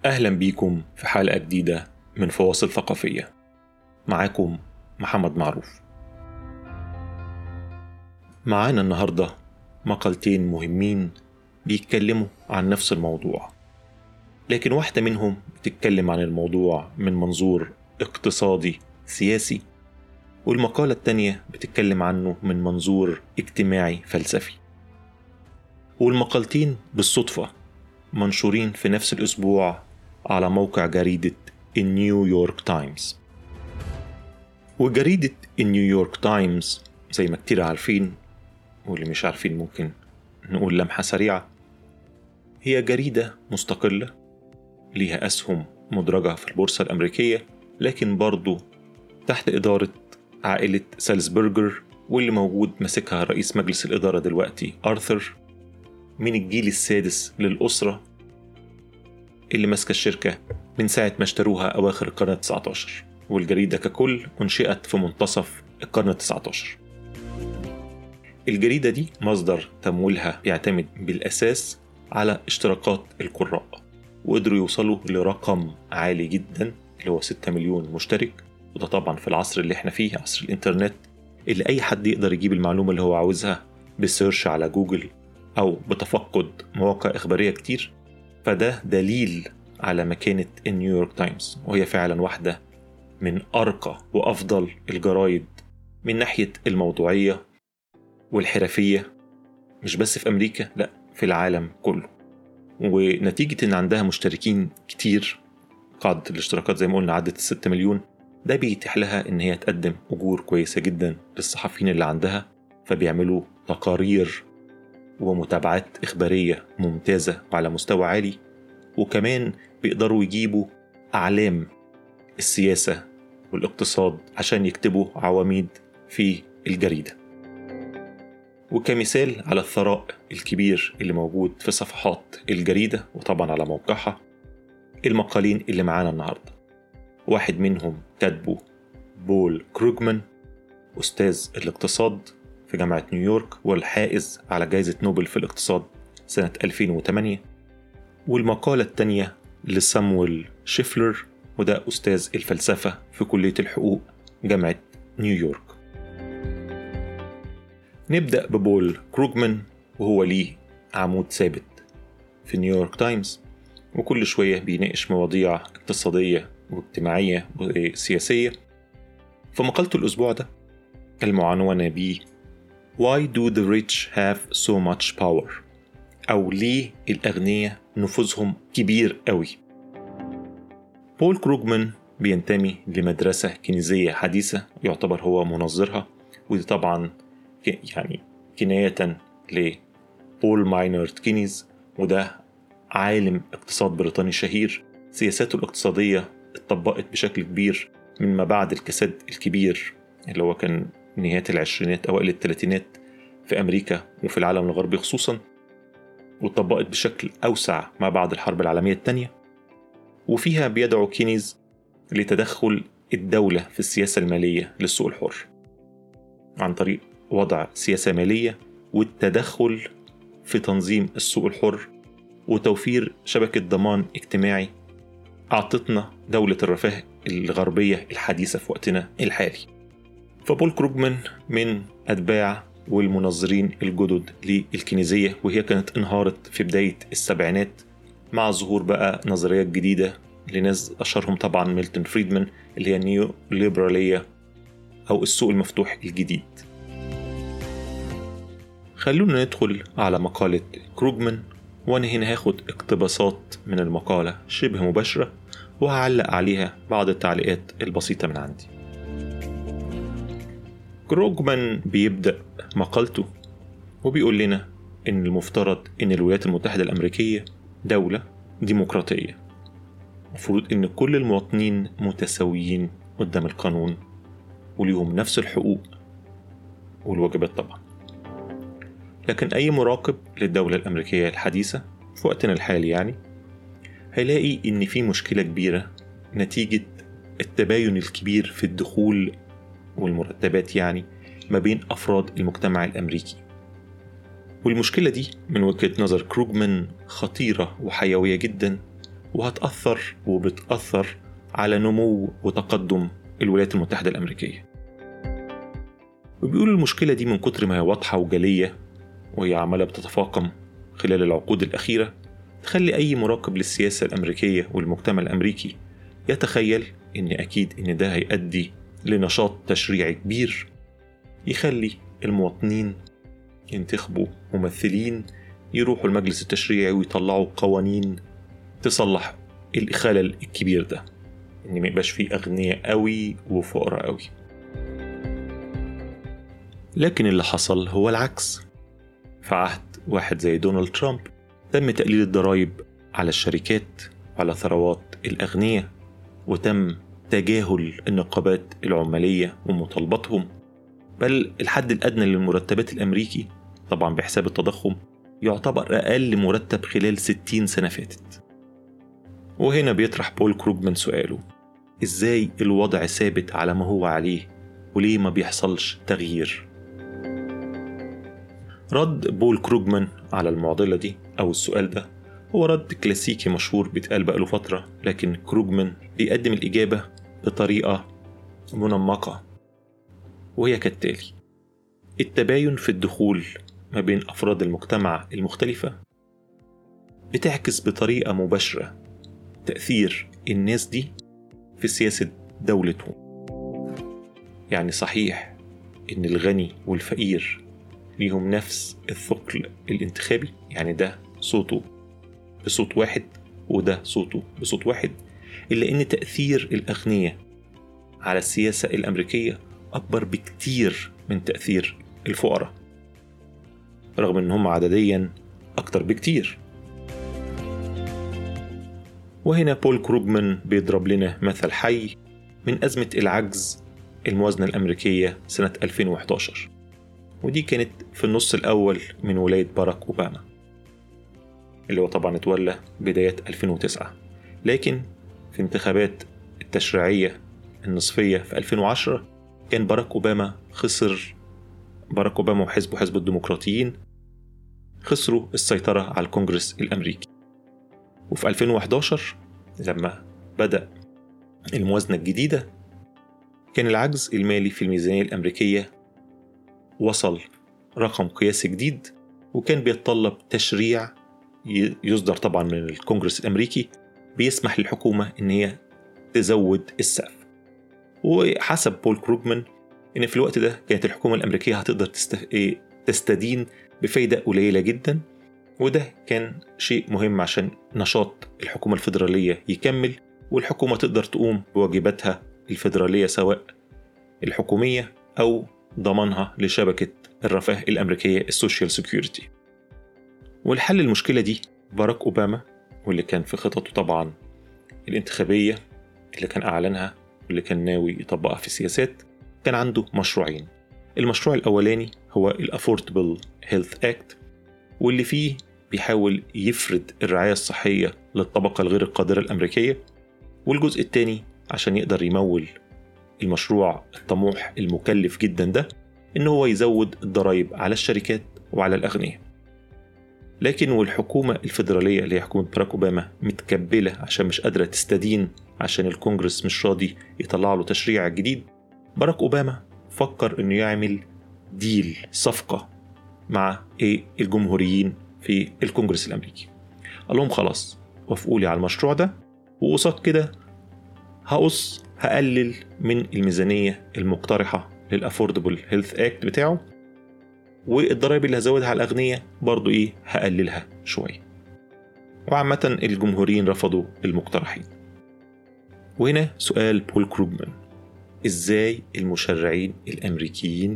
أهلا بيكم في حلقة جديدة من فواصل ثقافية. معاكم محمد معروف. معانا النهاردة مقالتين مهمين بيتكلموا عن نفس الموضوع، لكن واحدة منهم بتتكلم عن الموضوع من منظور اقتصادي سياسي، والمقالة التانية بتتكلم عنه من منظور اجتماعي فلسفي. والمقالتين بالصدفة منشورين في نفس الأسبوع على موقع جريدة النيويورك تايمز. وجريدة النيويورك تايمز زي ما كتير عارفين، واللي مش عارفين ممكن نقول لمحة سريعة، هي جريدة مستقلة ليها أسهم مدرجة في البورصة الأمريكية، لكن برضو تحت إدارة عائلة سالزبرجر، واللي موجود ماسكها رئيس مجلس الإدارة دلوقتي آرثر، من الجيل السادس للأسرة اللي ماسكة الشركة من ساعة ما اشتروها أواخر القرن 19، والجريدة ككل انشئت في منتصف القرن 19. الجريدة دي مصدر تمويلها يعتمد بالأساس على اشتراكات القراء، وقدروا يوصلوا لرقم عالي جدا اللي هو 6 مليون مشترك. وده طبعا في العصر اللي احنا فيه، عصر الانترنت، اللي أي حد يقدر يجيب المعلومة اللي هو عاوزها بالسيرش على جوجل أو بتفقد مواقع إخبارية كتير. فده دليل على مكانة النيويورك تايمز، وهي فعلا واحدة من أرقى وأفضل الجرايد من ناحية الموضوعية والحرفية، مش بس في أمريكا، لا في العالم كله. ونتيجة إن عندها مشتركين كتير، قاعدة الاشتراكات زي ما قلنا عدت 6 مليون، ده بيتيح لها إن هي تقدم أجور كويسة جدا للصحفيين اللي عندها، فبيعملوا تقارير ومتابعات إخبارية ممتازة وعلى مستوى عالي، وكمان بيقدروا يجيبوا أعلام السياسة والاقتصاد عشان يكتبوا عواميد في الجريدة. وكمثال على الثراء الكبير اللي موجود في صفحات الجريدة وطبعا على موقعها، المقالين اللي معانا النهاردة، واحد منهم كاتبه بول كروغمان، أستاذ الاقتصاد في جامعة نيويورك والحائز على جائزة نوبل في الاقتصاد سنة 2008. والمقالة التانية لسامويل شيفلر، وده أستاذ الفلسفة في كلية الحقوق جامعة نيويورك. نبدأ ببول كروغمان، وهو ليه عمود ثابت في نيويورك تايمز، وكل شوية بيناقش مواضيع اقتصادية واجتماعية وسياسية. فمقالته الأسبوع ده المعنونة ب Why do the rich have so much power؟ أو ليه الأغنياء نفوذهم كبير قوي؟ بول كروغمان بينتمي لمدرسة كنيزية حديثة، يعتبر هو منظرها، ودي طبعا يعني كناية لبول ماينارد كينيز، وده عالم اقتصاد بريطاني شهير. سياساته الاقتصادية اتطبقت بشكل كبير من ما بعد الكساد الكبير اللي هو كان نهاية العشرينات أوائل الثلاثينات في أمريكا وفي العالم الغربي خصوصا، واتطبقت بشكل أوسع ما بعد الحرب العالمية الثانية. وفيها بيدعو كينيز لتدخل الدولة في السياسة المالية للسوق الحر عن طريق وضع سياسة مالية والتدخل في تنظيم السوق الحر وتوفير شبكة ضمان اجتماعي أعطتنا دولة الرفاه الغربية الحديثة في وقتنا الحالي. فبول كروغمان من أتباع والمنظرين الجدد للكنيزية، وهي كانت انهارت في بداية السبعينات مع ظهور بقى نظريات جديدة لناس أشهرهم طبعا ميلتون فريدمان، اللي هي النيو ليبرالية أو السوق المفتوح الجديد. خلونا ندخل على مقالة كروغمان، وأنا هنا هاخد اقتباسات من المقالة شبه مباشرة وهعلق عليها بعض التعليقات البسيطة من عندي. كروغمان بيبدأ مقالته وبيقول لنا إن المفترض إن الولايات المتحدة الأمريكية دولة ديمقراطية، مفروض إن كل المواطنين متساويين قدام القانون وليهم نفس الحقوق والواجبات طبعا. لكن أي مراقب للدولة الأمريكية الحديثة في وقتنا الحالي يعني هيلاقي إن في مشكلة كبيرة نتيجة التباين الكبير في الدخول والمرتبات يعني ما بين أفراد المجتمع الأمريكي. والمشكلة دي من وجهة نظر كروغمان خطيرة وحيوية جدا، وهتأثر وبتأثر على نمو وتقدم الولايات المتحدة الأمريكية. وبيقولوا المشكلة دي من كتر ما هي واضحة وجلية وهي عمالة بتتفاقم خلال العقود الأخيرة تخلي أي مراقب للسياسة الأمريكية والمجتمع الأمريكي يتخيل إن أكيد إن ده هيؤدي لنشاط تشريعي كبير يخلي المواطنين ينتخبوا ممثلين يروحوا المجلس التشريعي ويطلعوا قوانين تصلح الخلل الكبير ده، إن ما يبقاش فيه أغنياء قوي وفقراء قوي. لكن اللي حصل هو العكس. في عهد واحد زي دونالد ترامب تم تقليل الضرائب على الشركات وعلى ثروات الأغنياء، وتم تجاهل النقابات العمالية ومطالباتهم، بل الحد الأدنى للمرتبات الأمريكي طبعا بحساب التضخم يعتبر أقل مرتب خلال 60 سنة فاتت. وهنا بيطرح بول كروجمان سؤاله: إزاي الوضع ثابت على ما هو عليه وليه ما بيحصلش تغيير؟ رد بول كروجمان على المعضلة دي أو السؤال ده هو رد كلاسيكي مشهور بيتقال بقاله فترة، لكن كروجمان بيقدم الإجابة بطريقة منمقة، وهي كالتالي: التباين في الدخول ما بين أفراد المجتمع المختلفة بتعكس بطريقة مباشرة تأثير الناس دي في سياسة دولتهم. يعني صحيح إن الغني والفقير ليهم نفس الثقل الانتخابي، يعني ده صوته بصوت واحد وده صوته بصوت واحد، إلا إن تأثير الأغنياء على السياسة الأمريكية أكبر بكتير من تأثير الفقراء، رغم إن هم عدديا أكتر بكتير. وهنا بول كروجمان بيضرب لنا مثل حي من أزمة العجز الموازنة الأمريكية سنة 2011، ودي كانت في النص الأول من ولاية باراك أوباما اللي هو طبعا اتولى بداية 2009، لكن في انتخابات التشريعية النصفية في 2010 كان باراك أوباما وحزبه حزب الديمقراطيين خسروا السيطرة على الكونجرس الأمريكي. وفي 2011 لما بدأ الموازنة الجديدة كان العجز المالي في الميزانية الأمريكية وصل رقم قياسي جديد، وكان بيتطلب تشريع يصدر طبعا من الكونجرس الأمريكي بيسمح للحكومة إن هي تزود السقف. وحسب بول كروجمان إن في الوقت ده كانت الحكومة الأمريكية هتقدر تستدين بفايدة قليلة جدا، وده كان شيء مهم عشان نشاط الحكومة الفيدرالية يكمل والحكومة تقدر تقوم بواجباتها الفيدرالية سواء الحكومية أو ضمانها لشبكة الرفاه الأمريكية السوشيال سيكيورتي. والحل المشكلة دي باراك أوباما، واللي كان في خططه طبعا الانتخابية اللي كان أعلنها واللي كان ناوي يطبقها في السياسات، كان عنده مشروعين. المشروع الأولاني هو الأفوردبل هيلث أكت، واللي فيه بيحاول يفرد الرعاية الصحية للطبقة الغير القادرة الأمريكية، والجزء الثاني عشان يقدر يمول المشروع الطموح المكلف جدا ده إنه هو يزود الضرائب على الشركات وعلى الأغنياء. لكن والحكومة الفيدرالية اللي هي حكومة باراك أوباما متكبلة عشان مش قادرة تستدين عشان الكونجرس مش راضي يطلع له تشريع جديد، باراك أوباما فكر إنه يعمل ديل صفقة مع الجمهوريين في الكونجرس الأمريكي. قال لهم خلاص وافقوا لي على المشروع ده، وقصاد كده هقلل من الميزانية المقترحة للأفوردبل هيلث أكت بتاعه، والضرائب اللي هزودها على الأغنياء برضو هقللها شوية. وعامة الجمهوريين رفضوا المقترحين. وهنا سؤال بول كروجمان: إزاي المشرعين الأمريكيين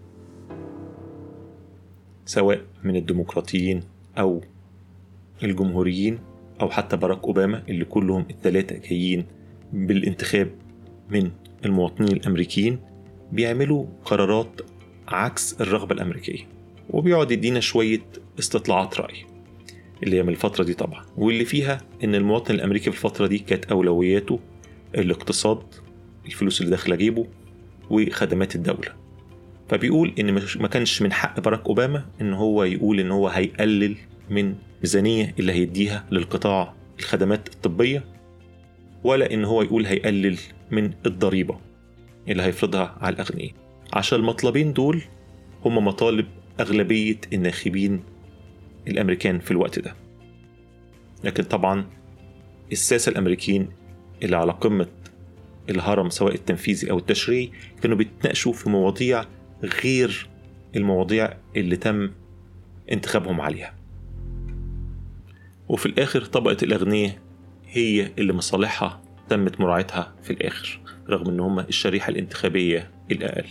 سواء من الديمقراطيين أو الجمهوريين أو حتى باراك أوباما اللي كلهم الثلاثة جايين بالانتخاب من المواطنين الأمريكيين، بيعملوا قرارات عكس الرغبة الأمريكية، وبيقعد يدينا شوية استطلاعات رأي اللي هي من الفترة دي طبعا، واللي فيها إن المواطن الأمريكي في الفترة دي كانت أولوياته الاقتصاد، الفلوس اللي داخله جيبه، وخدمات الدولة. فبيقول إن ما كانش من حق باراك أوباما إن هو يقول إن هو هيقلل من ميزانية اللي هيديها للقطاع الخدمات الطبية، ولا إن هو يقول هيقلل من الضريبة اللي هيفرضها على الأغنياء، عشان المطلبين دول هم مطالب أغلبية الناخبين الأمريكان في الوقت ده. لكن طبعا الساسة الأمريكيين اللي على قمة الهرم سواء التنفيذي أو التشريعي كانوا بيتناقشوا في مواضيع غير المواضيع اللي تم انتخابهم عليها. وفي الآخر طبقة الأغنياء هي اللي مصالحها تمت مراعاتها في الآخر، رغم أن هم الشريحة الانتخابية الأقل.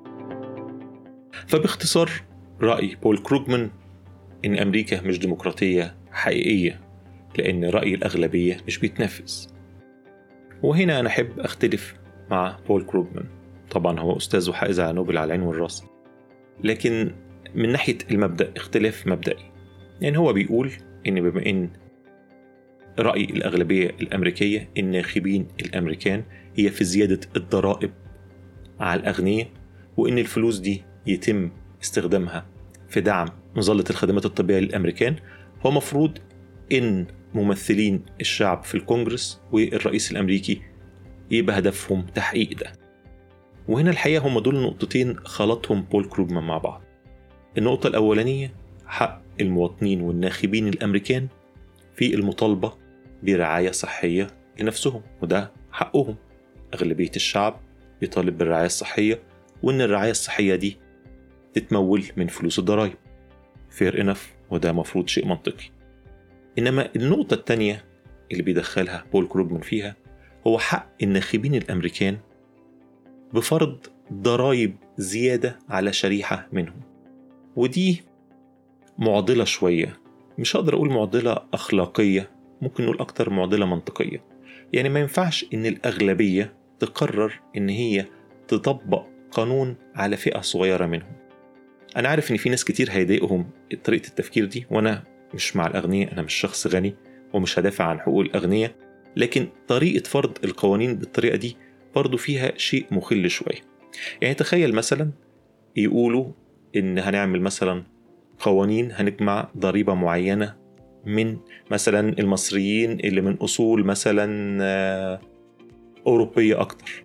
فباختصار رأي بول كروغمان إن أمريكا مش ديمقراطية حقيقية، لأن رأي الأغلبية مش بيتنفذ. وهنا أنا أحب أختلف مع بول كروغمان، طبعا هو أستاذ وحائز على نوبل على العين والراس، لكن من ناحية المبدأ اختلاف مبدئي. يعني هو بيقول إن بما إن رأي الأغلبية الأمريكية الناخبين الأمريكان هي في زيادة الضرائب على الأغنياء، وإن الفلوس دي يتم استخدامها في دعم مظلة الخدمات الطبية للأمريكان، هو مفروض إن ممثلين الشعب في الكونجرس والرئيس الأمريكي يبقى هدفهم تحقيق ده. وهنا الحقيقة هم دول نقطتين خلطهم بول كروغمان مع بعض. النقطة الأولانية حق المواطنين والناخبين الأمريكان في المطالبة برعاية صحية لنفسهم، وده حقهم. أغلبية الشعب يطالب بالرعاية الصحية، وإن الرعاية الصحية دي تتمول من فلوس الضرائب. fair enough، وده مفروض شيء منطقي. إنما النقطة التانية اللي بيدخلها بول كروغمان فيها هو حق الناخبين الأمريكان بفرض ضرائب زيادة على شريحة منهم. ودي معضلة شوية، مش هقدر أقول معضلة أخلاقية، ممكن نقول أكتر معضلة منطقية. يعني ما ينفعش إن الأغلبية تقرر إن هي تطبق قانون على فئة صغيرة منهم. أنا عارف إن في ناس كتير هيضايقهم طريقة التفكير دي، وأنا مش مع الأغنياء، أنا مش شخص غني ومش هدافع عن حقوق الأغنياء، لكن طريقة فرض القوانين بالطريقة دي برضو فيها شيء مخل شوية. يعني تخيل مثلا يقولوا إن هنعمل مثلا قوانين هنجمع ضريبة معينة من مثلا المصريين اللي من أصول مثلا أوروبية أكتر،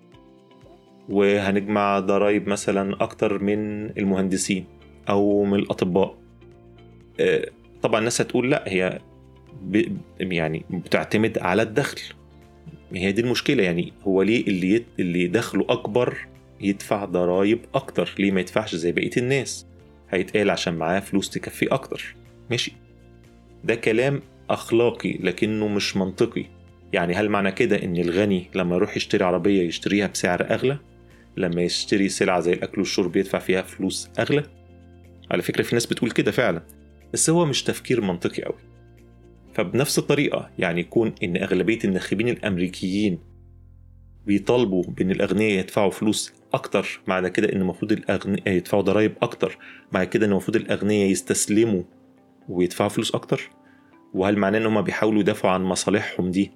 وهنجمع ضرائب مثلا أكتر من المهندسين أو من الأطباء. طبعا الناس هتقول لا، هي يعني بتعتمد على الدخل. هي دي المشكلة. يعني هو ليه اللي دخله أكبر يدفع ضرائب أكتر؟ ليه ما يدفعش زي بقية الناس؟ هيتقال عشان معاه فلوس تكفي أكتر. ماشي، ده كلام أخلاقي لكنه مش منطقي. يعني هل معنى كده إن الغني لما يروح يشتري عربية يشتريها بسعر أغلى، لما يشتري سلعة زي الأكل والشرب يدفع فيها فلوس أغلى؟ على فكرة في ناس بتقول كده فعلا، بس هو مش تفكير منطقي قوي. فبنفس الطريقة يعني يكون إن أغلبية الناخبين الأمريكيين بيطالبوا بأن الأغنياء يدفعوا فلوس أكتر، معنى كده إن المفروض الأغنياء يدفعوا ضرائب أكتر، معنى كده إن المفروض الأغنياء يستسلموا ويدفعوا فلوس أكتر؟ وهل معناه إن هم بيحاولوا يدافعوا عن مصالحهم دي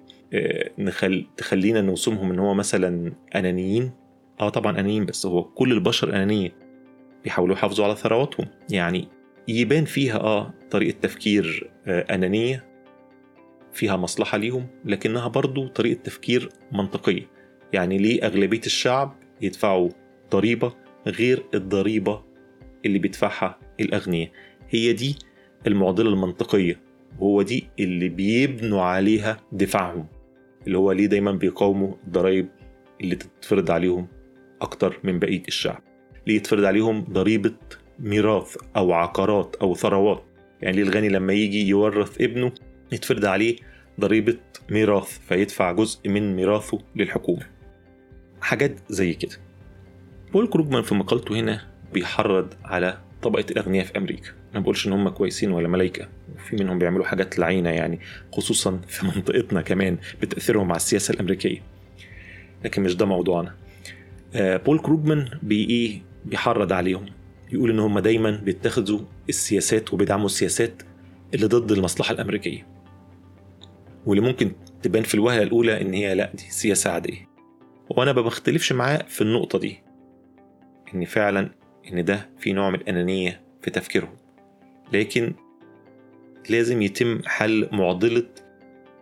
تخلينا نوصمهم إن هو مثلا أنانيين؟ طبعا أنانيين، بس هو كل البشر أنانيين، بيحاولوا يحافظوا على ثرواتهم. يعني يبان فيها طريقة تفكير أنانية فيها مصلحة ليهم، لكنها برضو طريقة تفكير منطقية. يعني ليه أغلبية الشعب يدفعوا ضريبة غير الضريبة اللي بيدفعها الأغنياء؟ هي دي المعضلة المنطقية، وهو دي اللي بيبنوا عليها دفاعهم، اللي هو ليه دايما بيقاوموا الضرائب اللي تتفرض عليهم أكتر من بقية الشعب. ليه يتفرض عليهم ضريبة ميراث أو عقارات أو ثروات؟ يعني ليه الغني لما يجي يورث ابنه يتفرض عليه ضريبة ميراث فيدفع جزء من ميراثه للحكومة؟ حاجات زي كده. بول كروغمان في مقالته هنا بيحرض على طبقة الأغنياء في أمريكا. أنا بقولش إن هم كويسين ولا ملايكة، وفي منهم بيعملوا حاجات لعينة يعني، خصوصا في منطقتنا كمان بتأثيرهم على السياسة الأمريكية، لكن مش ده موضوعنا. بول كروغمان بيحرض عليهم، يقول إن هم دايما بيتخذوا السياسات وبيدعموا السياسات اللي ضد المصلحة الأمريكية، واللي ممكن تبان في الوهلة الأولى إن هي لا، دي سياسة عادية. وأنا ما بختلفش معاه في النقطة دي، إن فعلا إن ده في نوع من الأنانية في تفكيرهم، لكن لازم يتم حل معضلة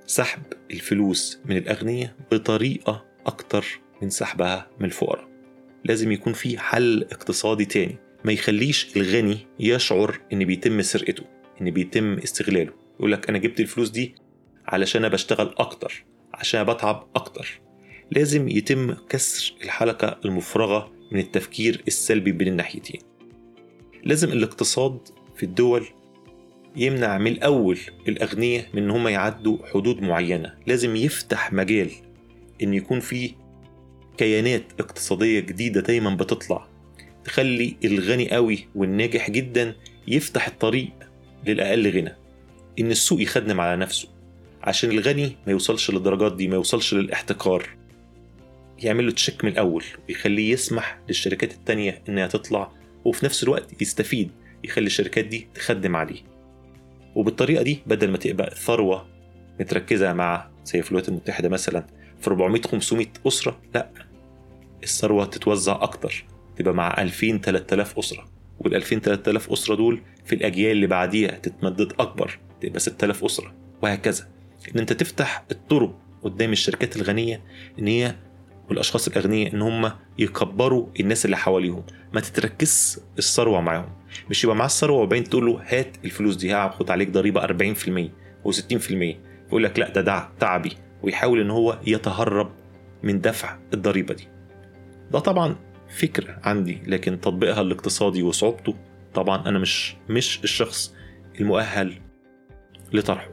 سحب الفلوس من الأغنياء بطريقة أكتر من سحبها من الفقراء. لازم يكون في حل اقتصادي تاني ما يخليش الغني يشعر إن بيتم سرقته، إن بيتم استغلاله. يقولك أنا جبت الفلوس دي علشان بشتغل أكتر، عشان بتعب أكتر. لازم يتم كسر الحلقة المفرغة من التفكير السلبي بين الناحيتين. لازم الاقتصاد في الدول يمنع من الأول الأغنياء من هم يعدوا حدود معينة. لازم يفتح مجال إن يكون فيه كيانات اقتصادية جديدة دايما بتطلع تخلي الغني قوي والناجح جدا يفتح الطريق للأقل غنى، إن السوق يخدم على نفسه عشان الغني ما يوصلش للدرجات دي، ما يوصلش للاحتكار. يعمل له تشيك من الأول ويخليه يسمح للشركات التانية إنها تطلع، وفي نفس الوقت يستفيد، يخلي الشركات دي تخدم عليه. وبالطريقة دي بدل ما تبقى الثروة متركزة مع زي في الولايات المتحدة مثلا في 400-500 أسرة، لا، الثروة تتوزع أكتر، تبقى مع 2000-3000 أسرة، وال2000-3000 أسرة دول في الأجيال اللي بعديها تتمدد أكبر، تبقى 6000 أسرة، وهكذا. إن أنت تفتح الطرق قدام الشركات الغنية إن هي والأشخاص الأغنياء إن هم يكبروا الناس اللي حواليهم، ما تتركز الثروة معهم. مش يبقى معاه الثروة وبين تقول له هات الفلوس دي هاخد عليك ضريبة 40% و60%، يقول لك لا ده تعبي، ويحاول إن هو يتهرب من دفع الضريبة دي. ده طبعا فكرة عندي، لكن تطبيقها الاقتصادي وصعوبته طبعا أنا مش الشخص المؤهل لطرحه.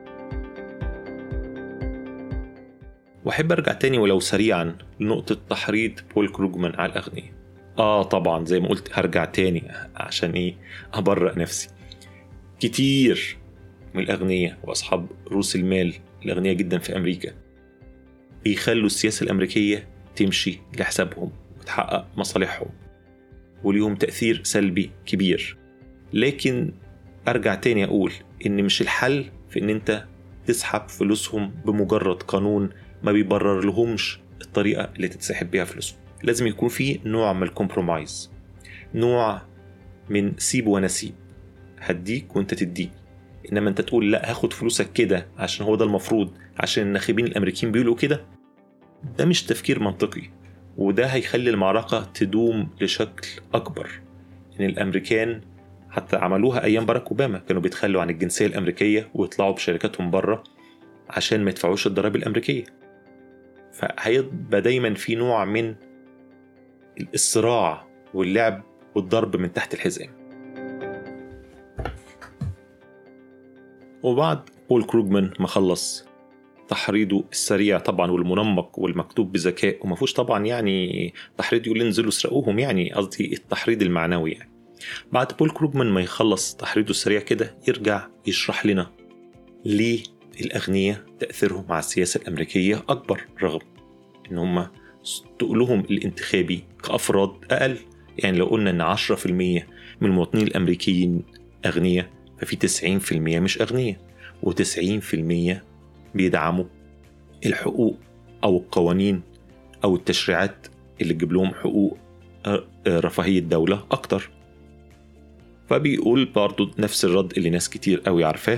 وأحب أرجع تاني ولو سريعا لنقطة تحريض بول كروغمان على الأغنياء. طبعا زي ما قلت هرجع تاني عشان أبرأ نفسي. كتير من الأغنياء وأصحاب رؤوس المال الأغنياء جدا في أمريكا بيخلوا السياسة الأمريكية تمشي لحسابهم وتحقق مصالحهم، وليهم تأثير سلبي كبير. لكن أرجع تاني أقول إن مش الحل في إن أنت تسحب فلوسهم بمجرد قانون ما بيبرر لهمش الطريقة اللي تتسحب بيها فلوسهم. لازم يكون في نوع من الكومبرومايز، نوع من سيب ونسيب، هديك وانت تديك. انما انت تقول لا هاخد فلوسك كده عشان هو ده المفروض، عشان الناخبين الامريكيين بيقولوا كده، ده مش تفكير منطقي. وده هيخلي المعركة تدوم لشكل اكبر. ان الامريكان حتى عملوها ايام باراك اوباما، كانوا بيتخلوا عن الجنسية الامريكية ويطلعوا بشركاتهم بره عشان ما يدفعوش الضرائب الامريكية. فهيبقى دايما في نوع من الصراع واللعب والضرب من تحت الحزام. وبعد بول كروغمان ما خلص تحريضه السريع طبعا والمنمق والمكتوب بذكاء، وما فيهوش طبعا يعني تحريض يقول انزلوا اسرقوهم، يعني قصدي التحريض المعنوي. يعني بعد بول كروغمان ما يخلص تحريضه السريع كده يرجع يشرح لنا ليه الأغنياء تأثيرهم مع السياسة الأمريكية أكبر، رغم إن هم تقولهم الانتخابي كأفراد أقل. يعني لو قلنا إن 10% من المواطنين الأمريكيين أغنياء، ففي 90% مش أغنياء، و90% بيدعموا الحقوق أو القوانين أو التشريعات اللي تجيب لهم حقوق رفاهية الدولة أكتر. فبيقول برضو نفس الرد اللي ناس كتير قوي عارفاه،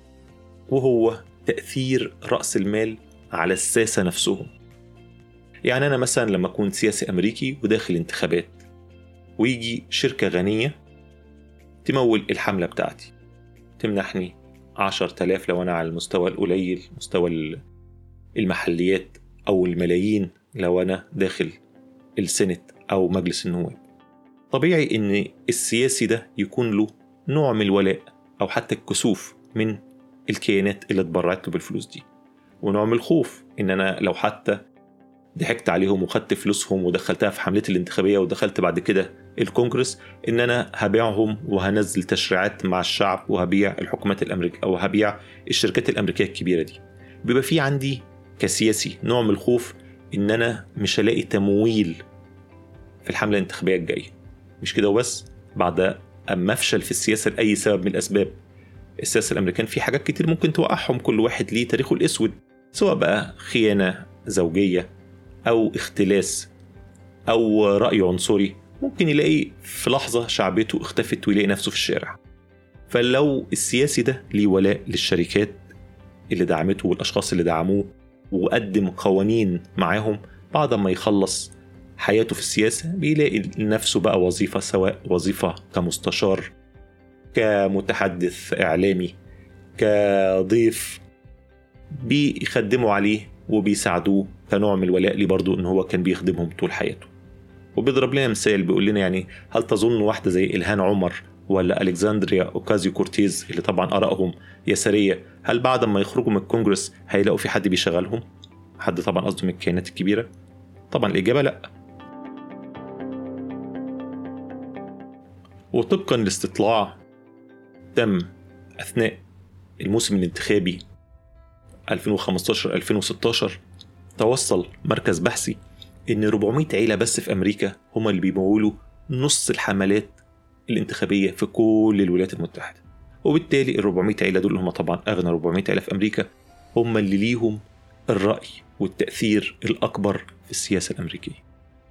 وهو تأثير رأس المال على الساسة نفسهم. يعني أنا مثلا لما أكون سياسي أمريكي وداخل انتخابات، ويجي شركة غنية تمول الحملة بتاعتي، تمنحني 10,000 لو أنا على المستوى القليل، مستوى المحليات، أو الملايين لو أنا داخل السنت أو مجلس النواب. طبيعي إن السياسي ده يكون له نوع من الولاء أو حتى الكسوف من الكيانات اللي اتبرعت له بالفلوس دي، ونوع من الخوف إن أنا لو حتى ضحكت عليهم وخدت فلوسهم ودخلتها في حملتي الانتخابية ودخلت بعد كده الكونجرس، إن أنا هبيعهم وهنزل تشريعات مع الشعب وهبيع الحكومات الأمريكية أو هبيع الشركات الأمريكية الكبيرة دي. بيبقى في عندي كسياسي نوع من الخوف إن أنا مش هلاقي تمويل في الحملة الانتخابية الجاية. مش كده وبس، بعد أما أفشل في السياسة لأي سبب من الأسباب، السياسة الأمريكان في حاجات كتير ممكن توقعهم، كل واحد ليه تاريخه الأسود، سواء بقى خيانة زوجية أو اختلاس أو رأي عنصري، ممكن يلاقي في لحظة شعبيته اختفت ويلاقي نفسه في الشارع. فلو السياسي ده ليه ولاء للشركات اللي دعمته والأشخاص اللي دعموه وقدم قوانين معاهم، بعد ما يخلص حياته في السياسة بيلاقي لنفسه بقى وظيفة، سواء وظيفة كمستشار، كمتحدث إعلامي، كضيف، بيخدموا عليه وبيساعدوه كنوع من الولاء ليه برضو إن هو كان بيخدمهم طول حياته. وبيضرب لنا مثال بيقول لنا يعني هل تظن واحدة زي إلهام عمر ولا ألكسندريا أوكازيو كورتيز اللي طبعا آرائهم يسارية، هل بعد ما يخرجوا من الكونجرس هيلاقوا في حد بيشغلهم؟ حد طبعا قصده من الكيانات الكبيرة؟ طبعا الإجابة لأ. وطبقا لاستطلاع تم أثناء الموسم الانتخابي 2015-2016 توصل مركز بحثي إن 400 عيلة بس في أمريكا هم اللي بيمولوا نص الحملات الانتخابية في كل الولايات المتحدة. وبالتالي ال 400 عيلة دول هم طبعا أغنى 400 عيلة في أمريكا، هم اللي ليهم الرأي والتأثير الأكبر في السياسة الأمريكية.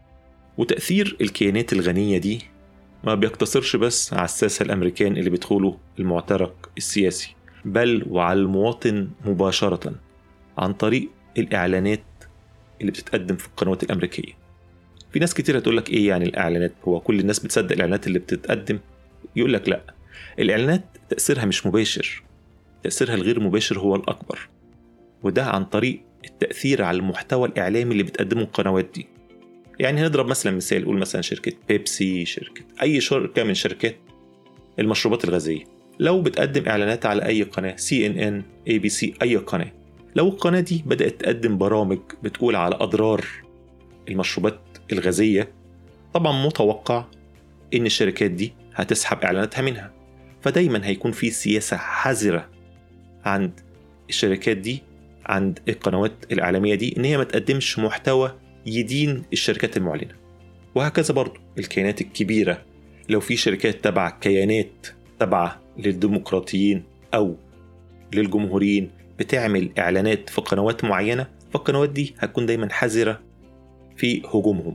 وتأثير الكيانات الغنية دي ما بيقتصرش بس على الساسة الأمريكان اللي بيدخلوا المعترك السياسي، بل وعلى المواطن مباشرة عن طريق الإعلانات اللي بتتقدم في القنوات الأمريكية. في ناس كتير هتقول لك إيه يعني الإعلانات؟ هو كل الناس بتصدق الإعلانات اللي بتتقدم؟ يقول لك لأ، الإعلانات تأثيرها مش مباشر، تأثيرها الغير مباشر هو الأكبر، وده عن طريق التأثير على المحتوى الإعلامي اللي بتقدمه القنوات دي. يعني هنضرب مثلا مثال، قول مثلا شركة بيبسي، شركة أي شركة من شركات المشروبات الغازية، لو بتقدم إعلانات على أي قناة CNN ABC أي قناة، لو القناة دي بدأت تقدم برامج بتقول على أضرار المشروبات الغازية، طبعا متوقع إن الشركات دي هتسحب إعلاناتها منها. فدايما هيكون في سياسة حذرة عند الشركات دي، عند القنوات الإعلامية دي، إن هي ما تقدمش محتوى يدين الشركات المعلنة. وهكذا برضو الكيانات الكبيرة، لو في شركات تبع كيانات تبع للديمقراطيين أو للجمهوريين بتعمل إعلانات في قنوات معينة، فالقنوات دي هتكون دايما حذرة في هجومهم.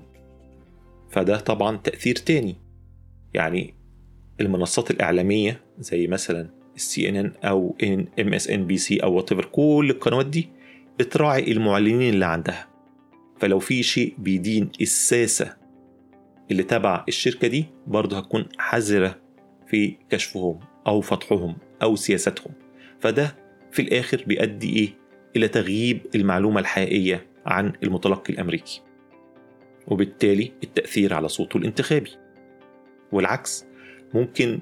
فده طبعا تأثير تاني. يعني المنصات الإعلامية زي مثلا CNN أو MSNBC أو whatever، كل القنوات دي بتراعي المعلنين اللي عندها. فلو في شيء بيدين الساسة اللي تبع الشركة دي، برضه هتكون حذرة في كشفهم أو فتحهم أو سياستهم. فده في الآخر بيؤدي إيه؟ إلى تغييب المعلومة الحقيقية عن المتلقي الأمريكي، وبالتالي التأثير على صوته الانتخابي. والعكس، ممكن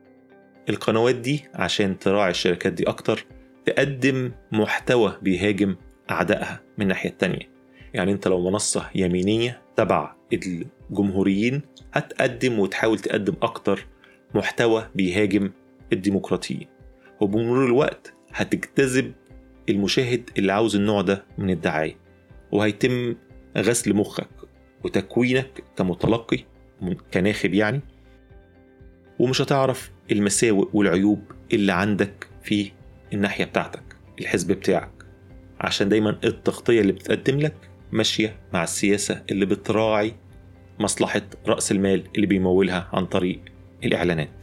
القنوات دي عشان تراعي الشركات دي أكتر تقدم محتوى بيهاجم أعدائها من الناحية التانية. يعني أنت لو منصة يمينية تبع الجمهوريين هتقدم وتحاول تقدم أكتر محتوى بيهاجم الديمقراطيين، وبمرور الوقت هتجتذب المشاهد اللي عاوز النوع ده من الدعاية، وهيتم غسل مخك وتكوينك كمتلقي كناخب يعني، ومش هتعرف المساوئ والعيوب اللي عندك في الناحية بتاعتك الحزب بتاعك، عشان دايما التغطية اللي بتقدم لك ماشية مع السياسة اللي بتراعي مصلحة رأس المال اللي بيمولها عن طريق الإعلانات.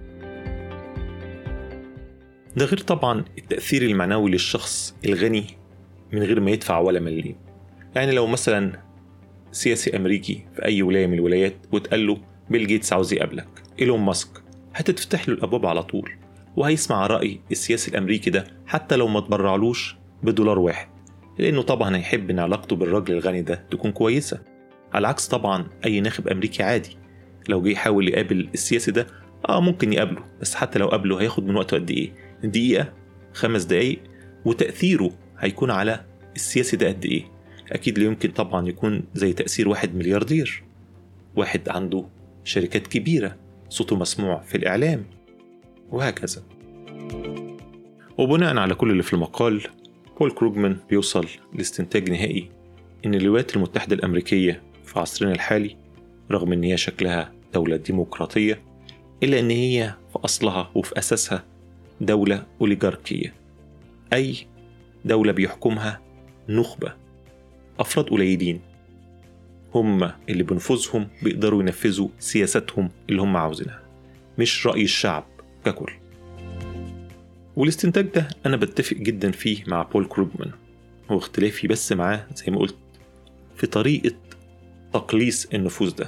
ده غير طبعا التأثير المعنوي للشخص الغني من غير ما يدفع ولا مليم. يعني لو مثلا سياسي أمريكي في أي ولاية من الولايات وتقال له بيل جيتس عاوز يقابلك، إيلون ماسك، هتتفتح له الأبواب على طول، وهيسمع رأي السياسي الأمريكي ده حتى لو ما تبرعلوش بدولار واحد، لأنه طبعا هيحب إن علاقته بالراجل الغني ده تكون كويسة. على عكس طبعا أي ناخب أمريكي عادي، لو جه يحاول يقابل السياسي ده ممكن يقابله، بس حتى لو قابله هياخد من وقته قد إيه؟ دقيقة، 5 دقايق، وتأثيره هيكون على السياسي ده قد إيه؟ أكيد لا يمكن طبعا يكون زي تأثير واحد ملياردير، واحد عنده شركات كبيرة صوته مسموع في الإعلام، وهكذا. وبناء على كل اللي في المقال، بول كروغمان بيوصل لاستنتاج نهائي إن الولايات المتحدة الأمريكية في عصرنا الحالي، رغم إن هي شكلها دولة ديمقراطية، إلا إن هي في أصلها وفي أساسها دولة أوليغاركية، أي دولة بيحكمها نخبة، أفراد قليلين هم اللي بنفوذهم بيقدروا ينفذوا سياستهم اللي هم عاوزينها، مش رأي الشعب ككل. والاستنتاج ده أنا بتفق جدا فيه مع بول كروجمان، هو اختلافي بس معاه زي ما قلت في طريقة تقليص النفوذ ده.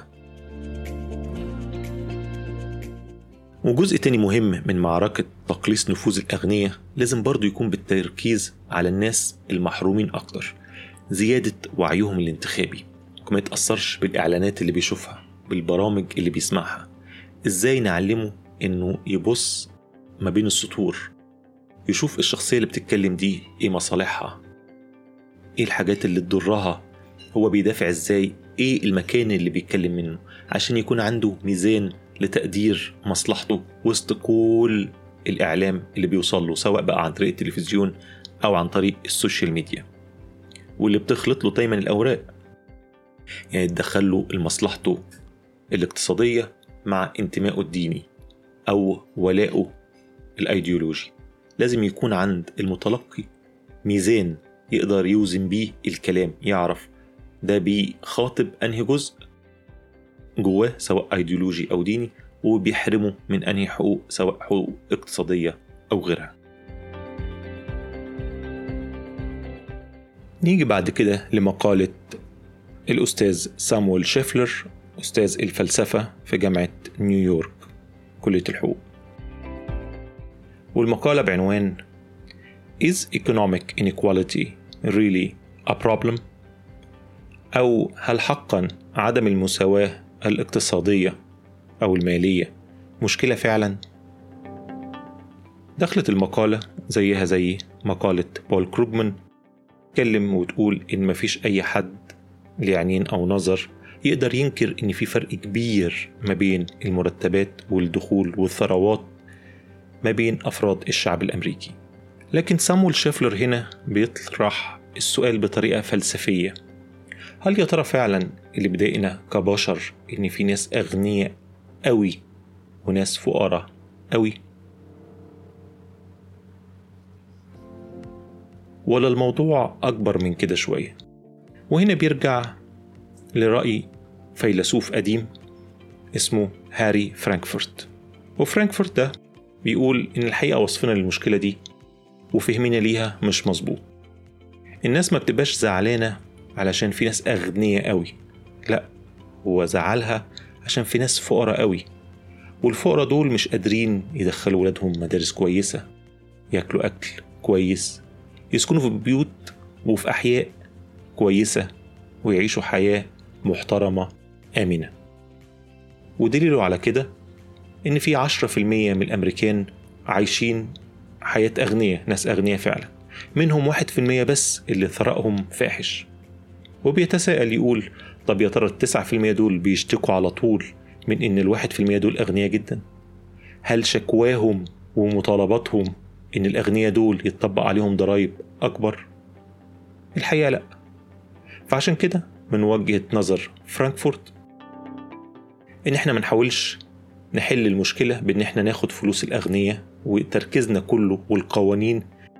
وجزء تاني مهم من معركة تقليص نفوذ الأغنياء لازم برضو يكون بالتركيز على الناس المحرومين أكتر، زيادة وعيهم الانتخابي، وما يتأثرش بالإعلانات اللي بيشوفها، بالبرامج اللي بيسمعها. إزاي نعلمه إنه يبص ما بين السطور، يشوف الشخصية اللي بتتكلم دي إيه مصالحها، إيه الحاجات اللي تضرها، هو بيدافع إزاي، إيه المكان اللي بيتكلم منه، عشان يكون عنده ميزان لتقدير مصلحته وسط كل الإعلام اللي بيوصل له، سواء بقى عن طريق التلفزيون أو عن طريق السوشيال ميديا، واللي بتخلط له دايما الأوراق، يعني تدخل له مصلحته الاقتصادية مع انتمائه الديني أو ولائه الأيديولوجي. لازم يكون عند المتلقي ميزان يقدر يوزن بيه الكلام، يعرف ده بيخاطب أنهي جزء جواه سواء أيديولوجي أو ديني، وبيحرمه من أنهي حقوق سواء حقوق اقتصادية أو غيرها. نيجي بعد كده لمقالة الأستاذ سامويل شيفلر، أستاذ الفلسفة في جامعة نيويورك كلية الحقوق، والمقالة بعنوان Is economic inequality really a problem؟ أو هل حقا عدم المساواة الاقتصادية أو المالية مشكلة فعلا؟ دخلت المقالة زيها زي مقالة بول كروجمان، تكلم وتقول إن مفيش أي حد ليه عينين أو نظر يقدر ينكر إن في فرق كبير ما بين المرتبات والدخول والثروات ما بين أفراد الشعب الأمريكي. لكن سامويل شيفلر هنا بيطرح السؤال بطريقة فلسفية، هل يا ترى فعلا اللي بدأنا كبشر إن في ناس أغنياء قوي وناس فقراء قوي، ولا الموضوع أكبر من كده شوية؟ وهنا بيرجع لرأي فيلسوف قديم اسمه هاري فرانكفورت، وفرانكفورت ده بيقول إن الحقيقة وصفنا للمشكلة دي وفهمنا ليها مش مظبوط. الناس ما بتبقاش زعلانة علشان في ناس أغنياء قوي، لا، هو زعلها عشان في ناس فقراء قوي، والفقراء دول مش قادرين يدخلوا ولادهم مدارس كويسة، ياكلوا أكل كويس، يسكنوا في بيوت وفي أحياء كويسة، ويعيشوا حياة محترمة آمنة. ودليله على كده إن في 10% من الأمريكان عايشين حياة أغنياء، ناس أغنياء فعلا، منهم 1% بس اللي ثرائهم فاحش. وبيتساءل يقول طب يا ترى 9% دول بيشتكوا على طول من إن 1% دول أغنياء جدا؟ هل شكواهم ومطالباتهم إن الأغنياء دول يتطبق عليهم ضرائب أكبر؟ الحقيقة لأ. فعشان كده من وجهة نظر فرانكفورت إن إحنا منحاولش نحل المشكلة بإن إحنا ناخد فلوس الأغنياء وتركيزنا كله والقوانين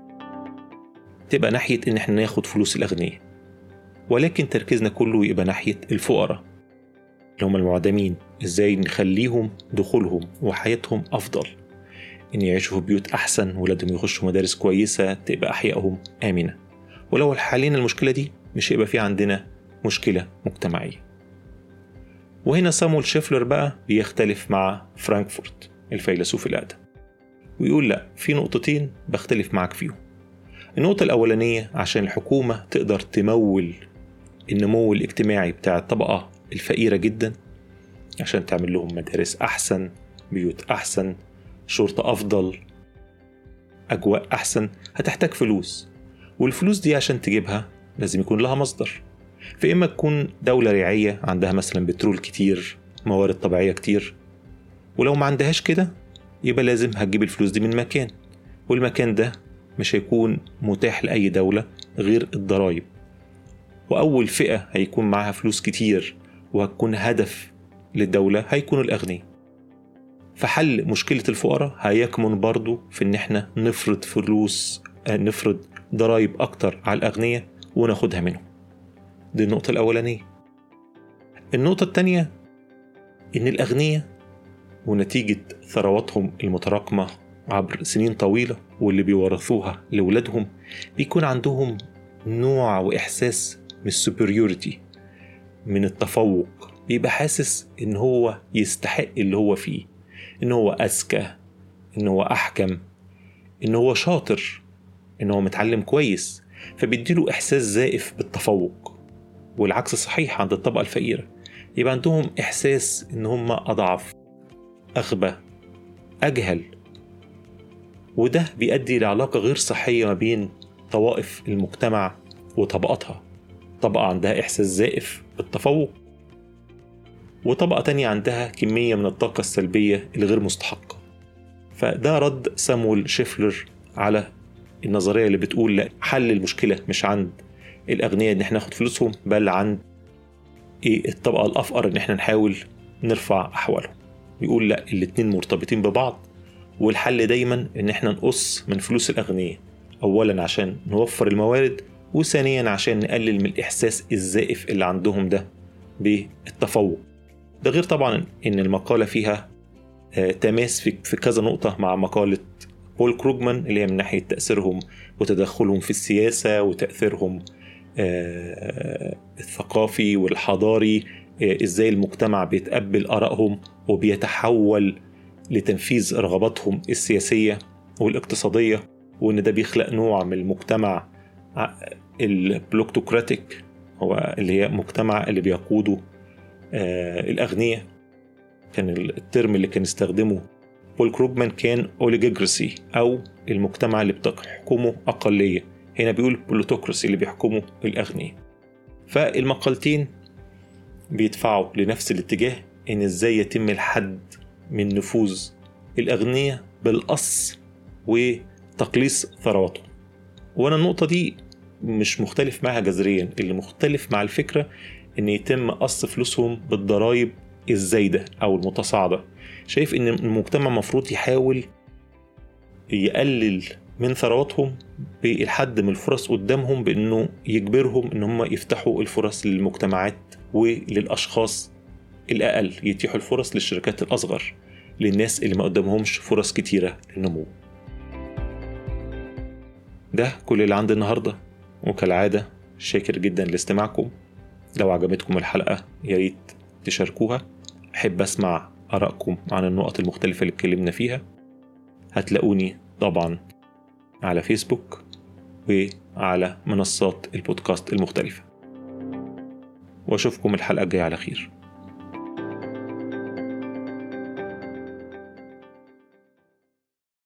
تبقى ناحية إن إحنا ناخد فلوس الأغنياء، ولكن تركيزنا كله يبقى ناحية الفقراء اللي هم المعدمين، إزاي نخليهم دخولهم وحياتهم أفضل، إن يعيشوا في بيوت أحسن، ولادهم يخشوا مدارس كويسة، تبقى أحيائهم آمنة. ولو حلينا المشكلة دي مش هيبقى في عندنا مشكلة مجتمعية. وهنا سامويل شيفلر بقى بيختلف مع فرانكفورت الفيلسوف الأقدم، ويقول لا، في نقطتين بختلف معك فيهم. النقطة الأولانية عشان الحكومة تقدر تمول النمو الاجتماعي بتاع الطبقة الفقيرة جدا، عشان تعمل لهم مدارس أحسن، بيوت أحسن، شرطة أفضل، أجواء أحسن، هتحتاج فلوس، والفلوس دي عشان تجيبها لازم يكون لها مصدر. فإما تكون دولة ريعية عندها مثلا بترول كتير، موارد طبيعية كتير، ولو ما عندهاش كده يبقى لازم هتجيب الفلوس دي من مكان، والمكان ده مش هيكون متاح لأي دولة غير الضرائب. وأول فئة هيكون معها فلوس كتير وهتكون هدف للدولة هيكون الأغنياء. فحل مشكلة الفقراء هيكمن برضو في إن احنا نفرض ضرائب أكتر على الأغنياء وناخدها منهم. دي النقطة الأولانية. النقطة التانية إن الأغنياء ونتيجة ثرواتهم المتراكمة عبر سنين طويلة واللي بيورثوها لأولادهم بيكون عندهم نوع وإحساس من السوبريوريتي، من التفوق. بيبقى حاسس إن هو يستحق اللي هو فيه، إن هو أذكى، إن هو أحكم، إن هو شاطر، إن هو متعلم كويس، فبيديله إحساس زائف بالتفوق. والعكس صحيح عند الطبقة الفقيرة، يبقى عندهم إحساس إن هم أضعف، أغبى، أجهل. وده بيؤدي لعلاقة غير صحية ما بين طوائف المجتمع وطبقاتها. طبقة عندها إحساس زائف بالتفوق، وطبقة تانية عندها كمية من الطاقة السلبية الغير مستحقة. فده رد سامويل شيفلر على النظرية اللي بتقول لا، حل المشكلة مش عند الأغنياء إن احنا ناخد فلوسهم، بل عند الطبقة الأفقر إن احنا نحاول نرفع أحوالهم. بيقول لا، الاتنين مرتبطين ببعض، والحل دايما إن احنا نقص من فلوس الأغنياء، أولا عشان نوفر الموارد، وثانيا عشان نقلل من الإحساس الزائف اللي عندهم ده بالتفوق. ده غير طبعا إن المقالة فيها تماس في كذا نقطة مع مقالة بول كروغمان، اللي هي من ناحية تأثيرهم وتدخلهم في السياسة وتأثيرهم الثقافي والحضاري، إزاي المجتمع بيتقبل آرائهم وبيتحول لتنفيذ رغباتهم السياسية والاقتصادية، وإن ده بيخلق نوع من المجتمع البلوكتوكراتيك، هو اللي هي مجتمع اللي بيقوده الأغنياء. كان الترم اللي كان استخدمه بول كروغمان كان أوليجارسي، أو المجتمع اللي بتحكمه أقلية. هنا بيقول بلوتوكراسي اللي بيحكمه الأغنياء. فالمقالتين بيدفعوا لنفس الاتجاه، إن إزاي يتم الحد من نفوذ الأغنياء بالقص وتقليص ثرواتهم. وأنا النقطة دي مش مختلف معها جذريا، اللي مختلف مع الفكرة إن يتم قص فلوسهم بالضرائب الزايدة أو المتصاعدة. شايف إن المجتمع مفروض يحاول يقلل من ثرواتهم بالحد من الفرص قدامهم، بأنه يجبرهم إن هم يفتحوا الفرص للمجتمعات وللأشخاص الأقل، يتيحوا الفرص للشركات الأصغر، للناس اللي ما قدامهمش فرص كتيرة للنمو. ده كل اللي عندي النهاردة، وكالعادة شاكر جدا لاستماعكم. لو عجبتكم الحلقة ياريت تشاركوها. أحب أسمع آرائكم عن النقط المختلفة اللي اتكلمنا فيها. هتلاقوني طبعا على فيسبوك وعلى منصات البودكاست المختلفة، وأشوفكم الحلقة الجاية على خير.